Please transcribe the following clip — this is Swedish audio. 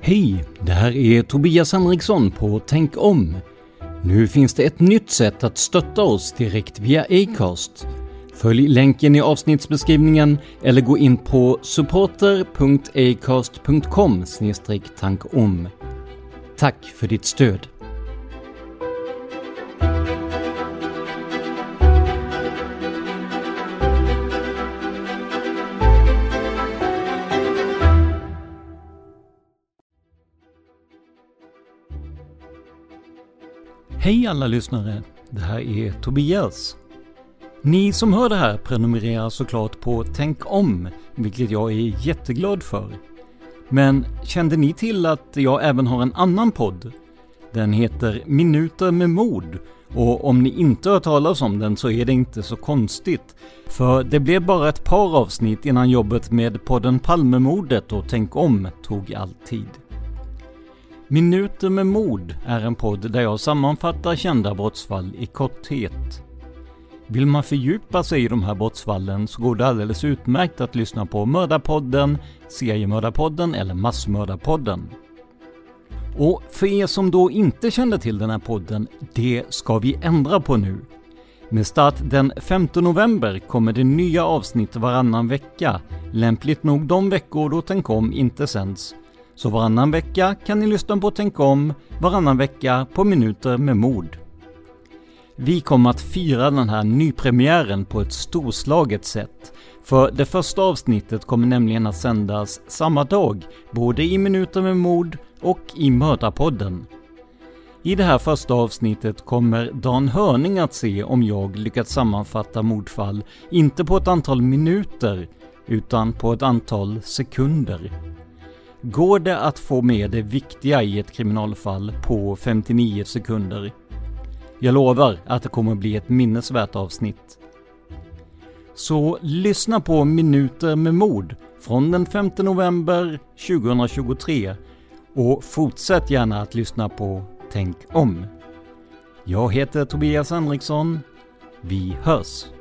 Hej, det här är Tobias Henriksson på Tänk om. Nu finns det ett nytt sätt att stötta oss direkt via Acast. Följ länken i avsnittsbeskrivningen eller gå in på supporter.acast.com/tankom. Tack för ditt stöd. Hej alla lyssnare, det här är Tobias. Ni som hör det här prenumererar såklart på Tänk om, vilket jag är jätteglad för. Men kände ni till att jag även har en annan podd? Den heter Minuter med mod, och om ni inte hört talas om den så är det inte så konstigt. För det blev bara ett par avsnitt innan jobbet med podden Palmemordet och Tänk om tog all tid. Minuter med mod är en podd där jag sammanfattar kända brottsfall i korthet. Vill man fördjupa sig i de här brottsfallen så går det alldeles utmärkt att lyssna på Mördarpodden, Seriemördarpodden eller Massmördarpodden. Och för er som då inte kände till den här podden, det ska vi ändra på nu. Med start den 5 november kommer det nya avsnitt varannan vecka, lämpligt nog de veckor då Tänk om inte sänds. Så varannan vecka kan ni lyssna på Tänk om, varannan vecka på Minuter med mod. Vi kommer att fira den här nypremiären på ett storslaget sätt. För det första avsnittet kommer nämligen att sändas samma dag, både i Minuter med mod och i Mördarpodden. I det här första avsnittet kommer Dan Hörning att se om jag lyckats sammanfatta mordfall, inte på ett antal minuter, utan på ett antal sekunder. Går det att få med det viktiga i ett kriminalfall på 59 sekunder? Jag lovar att det kommer bli ett minnesvärt avsnitt. Så lyssna på Minuter med mod från den 5 november 2023 och fortsätt gärna att lyssna på Tänk om. Jag heter Tobias Henriksson. Vi hörs!